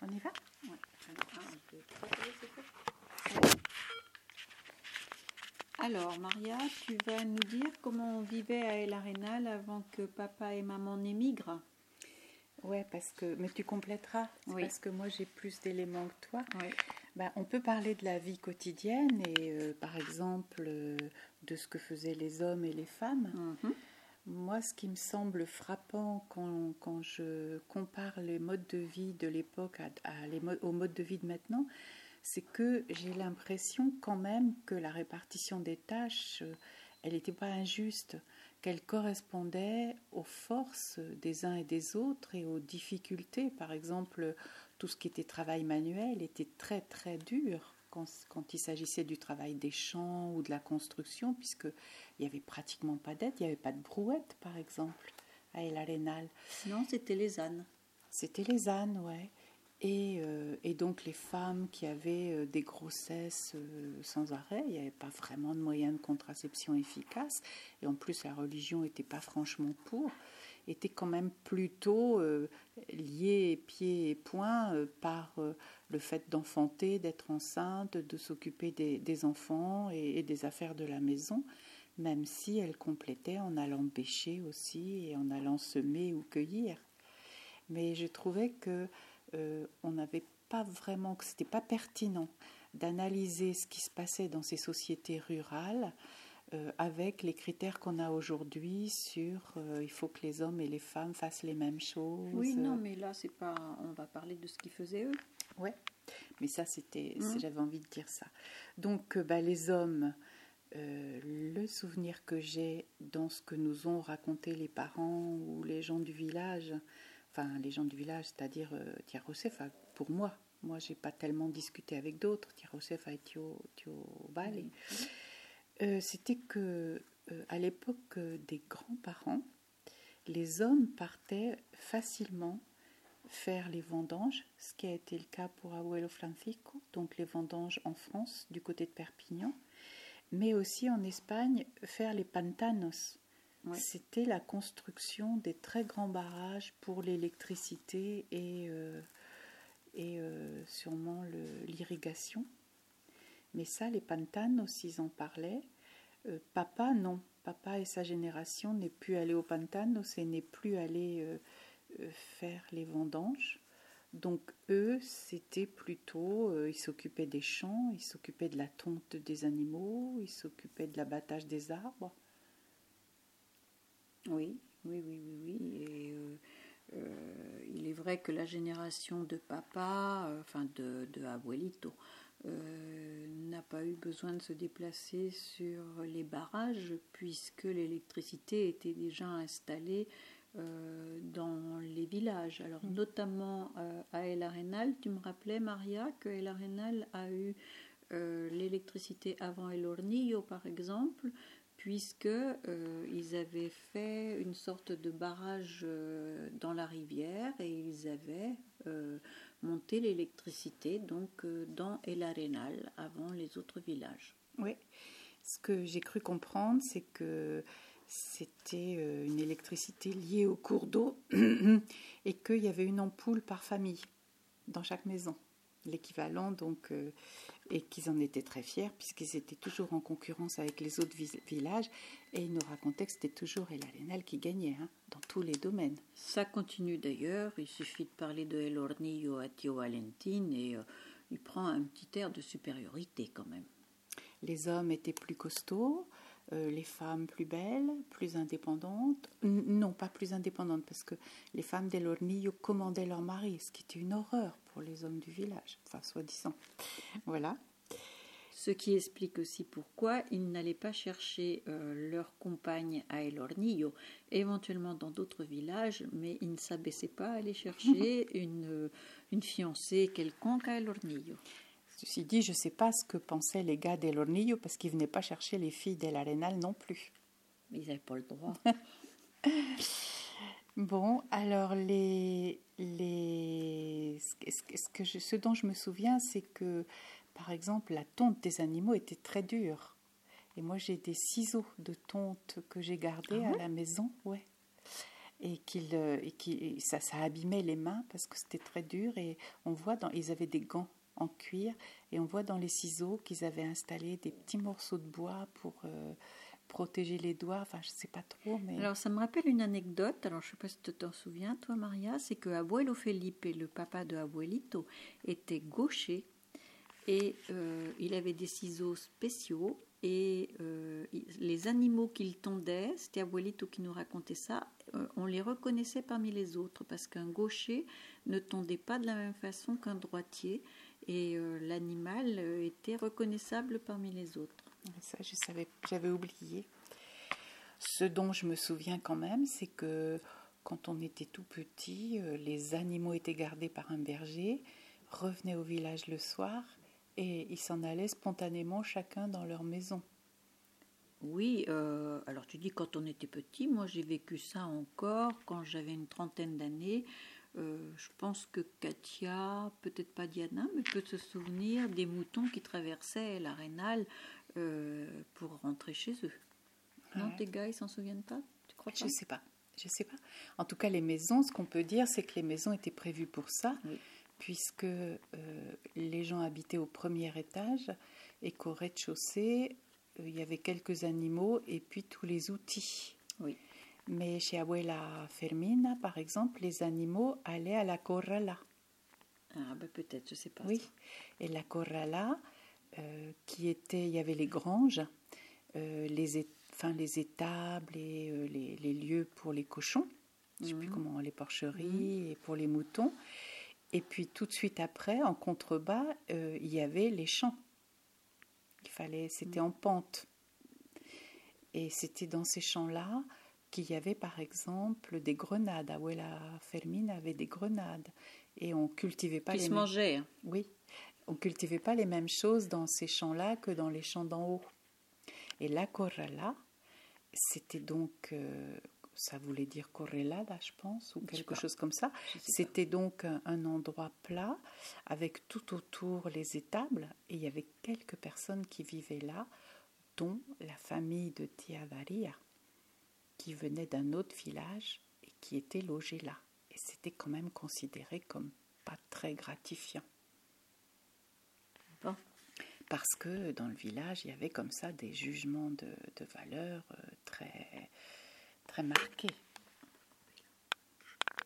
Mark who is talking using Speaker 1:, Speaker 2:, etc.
Speaker 1: On y va?
Speaker 2: Ouais. Un, deux, trois, c'est fait. Alors, Maria, tu vas nous dire comment on vivait à El Arenal avant que papa et maman n'émigrent?
Speaker 1: Ouais, mais tu compléteras,
Speaker 2: Oui.
Speaker 1: parce que moi j'ai plus d'éléments que toi.
Speaker 2: Oui.
Speaker 1: On peut parler de la vie quotidienne et par exemple de ce que faisaient les hommes et les femmes.
Speaker 2: Mhm.
Speaker 1: Moi, ce qui me semble frappant quand je compare les modes de vie de l'époque aux modes de vie de maintenant, c'est que j'ai l'impression quand même que la répartition des tâches, elle n'était pas injuste, qu'elle correspondait aux forces des uns et des autres et aux difficultés. Par exemple, tout ce qui était travail manuel était très très dur quand il s'agissait du travail des champs ou de la construction, puisqu'il n'y avait pratiquement pas d'aide, il n'y avait pas de brouette par exemple à El Arenal.
Speaker 2: Non, c'était les ânes.
Speaker 1: C'était les ânes, ouais. Et donc les femmes qui avaient des grossesses sans arrêt, il n'y avait pas vraiment de moyens de contraception efficaces, et en plus la religion n'était pas franchement pour, étaient quand même plutôt liées pieds et poings par le fait d'enfanter, d'être enceinte, de s'occuper des enfants et des affaires de la maison, même si elles complétaient en allant bêcher aussi et en allant semer ou cueillir. Mais je trouvais que on n'avait pas vraiment, que c'était pas pertinent d'analyser ce qui se passait dans ces sociétés rurales avec les critères qu'on a aujourd'hui sur il faut que les hommes et les femmes fassent les mêmes choses.
Speaker 2: Oui, non, mais là c'est pas. On va parler de ce qu'ils faisaient eux.
Speaker 1: Ouais, mais ça j'avais envie de dire ça. Donc les hommes. Le souvenir que j'ai dans ce que nous ont raconté les parents ou les gens du village, enfin les gens du village, c'est-à-dire Tia Josefa, pour moi j'ai pas tellement discuté avec d'autres, Tia Josefa et Tio Vale, c'était que à l'époque des grands-parents, les hommes partaient facilement faire les vendanges, ce qui a été le cas pour Abuelo Francisco, donc les vendanges en France du côté de Perpignan, mais aussi en Espagne, faire les pantanos. Ouais. C'était la construction des très grands barrages pour l'électricité et sûrement l'irrigation. Mais ça, les pantanos, ils en parlaient. Papa, non. Papa et sa génération n'est plus allé aux pantanos et n'est plus allé faire les vendanges. Donc eux, c'était plutôt, ils s'occupaient des champs, ils s'occupaient de la tonte des animaux, ils s'occupaient de l'abattage des arbres.
Speaker 2: Oui. Et il est vrai que la génération de papa, de abuelito, n'a pas eu besoin de se déplacer sur les barrages puisque l'électricité était déjà installée dans les villages. Alors notamment à El Arenal, tu me rappelais Maria que El Arenal a eu l'électricité avant El Hornillo par exemple, puisque ils avaient fait une sorte de barrage dans la rivière et ils avaient monté l'électricité donc dans El Arenal avant les autres villages.
Speaker 1: Oui, ce que j'ai cru comprendre, c'est que c'était une électricité liée au cours d'eau et qu'il y avait une ampoule par famille dans chaque maison, l'équivalent donc, et qu'ils en étaient très fiers puisqu'ils étaient toujours en concurrence avec les autres villages et ils nous racontaient que c'était toujours El Arenal qui gagnait dans tous les domaines.
Speaker 2: Ça continue d'ailleurs, il suffit de parler de El Hornillo à Tio Valentin et il prend un petit air de supériorité quand même.
Speaker 1: Les hommes étaient plus costauds, les femmes plus belles, plus indépendantes. Non, pas plus indépendantes, parce que les femmes d'El Hornillo commandaient leur mari, ce qui était une horreur pour les hommes du village, enfin soi-disant. Voilà.
Speaker 2: Ce qui explique aussi pourquoi ils n'allaient pas chercher leur compagne à El Hornillo, éventuellement dans d'autres villages, mais ils ne s'abaissaient pas à aller chercher une fiancée quelconque à El Hornillo.
Speaker 1: Ceci dit, je ne sais pas ce que pensaient les gars d'El Hornillo parce qu'ils ne venaient pas chercher les filles d'El Arenal non plus.
Speaker 2: Mais ils n'avaient pas le droit.
Speaker 1: Bon, alors ce dont je me souviens, c'est que, par exemple, la tonte des animaux était très dure. Et moi, j'ai des ciseaux de tonte que j'ai gardés à la maison, ouais. ça abîmait les mains parce que c'était très dur. Et on voit, ils avaient des gants en cuir et on voit dans les ciseaux qu'ils avaient installé des petits morceaux de bois pour protéger les doigts. Enfin, je ne sais pas trop. Mais...
Speaker 2: Alors, ça me rappelle une anecdote. Alors, je ne sais pas si tu t'en souviens, toi, Maria. C'est que Abuelo Felipe, le papa de Abuelito, était gaucher et il avait des ciseaux spéciaux. Et les animaux qu'il tondait, c'était Abuelito qui nous racontait ça, on les reconnaissait parmi les autres parce qu'un gaucher ne tondait pas de la même façon qu'un droitier et l'animal était reconnaissable parmi les autres.
Speaker 1: Ça, j'avais oublié. Ce dont je me souviens quand même, c'est que quand on était tout petit, les animaux étaient gardés par un berger, revenaient au village le soir et ils s'en allaient spontanément chacun dans leur maison.
Speaker 2: Oui, alors tu dis quand on était petit, moi j'ai vécu ça encore quand j'avais une trentaine d'années. Je pense que Katia, peut-être pas Diana, mais peut se souvenir des moutons qui traversaient l'Arénal pour rentrer chez eux. Non, tes gars, ils s'en souviennent pas? Tu crois pas?
Speaker 1: Je sais pas. En tout cas, les maisons, ce qu'on peut dire, c'est que les maisons étaient prévues pour ça, oui. Puisque les gens habitaient au premier étage et qu'au rez-de-chaussée, il y avait quelques animaux et puis tous les outils.
Speaker 2: Oui.
Speaker 1: Mais chez Abuela Fermina, par exemple, les animaux allaient à la corrala.
Speaker 2: Ah, ben peut-être, je sais pas.
Speaker 1: Oui, et la corrala, il y avait les granges, les étables et les lieux pour les cochons, je ne sais plus comment, les porcheries et pour les moutons. Et puis tout de suite après, en contrebas, il y avait les champs. C'était en pente. Et c'était dans ces champs-là qu'il y avait par exemple des grenades. Abuela Fermina avait des grenades. Et on cultivait pas
Speaker 2: qui se mangeaient.
Speaker 1: Oui, on cultivait pas les mêmes choses dans ces champs-là que dans les champs d'en haut. Et la corrala, c'était donc, ça voulait dire correlada, je pense, ou quelque chose comme ça. C'était donc un endroit plat avec tout autour les étables. Et il y avait quelques personnes qui vivaient là, dont la famille de Tia Varia, qui venait d'un autre village et qui était logée là. Et c'était quand même considéré comme pas très gratifiant.
Speaker 2: Bon.
Speaker 1: Parce que dans le village, il y avait comme ça des jugements de valeur très, très marqués.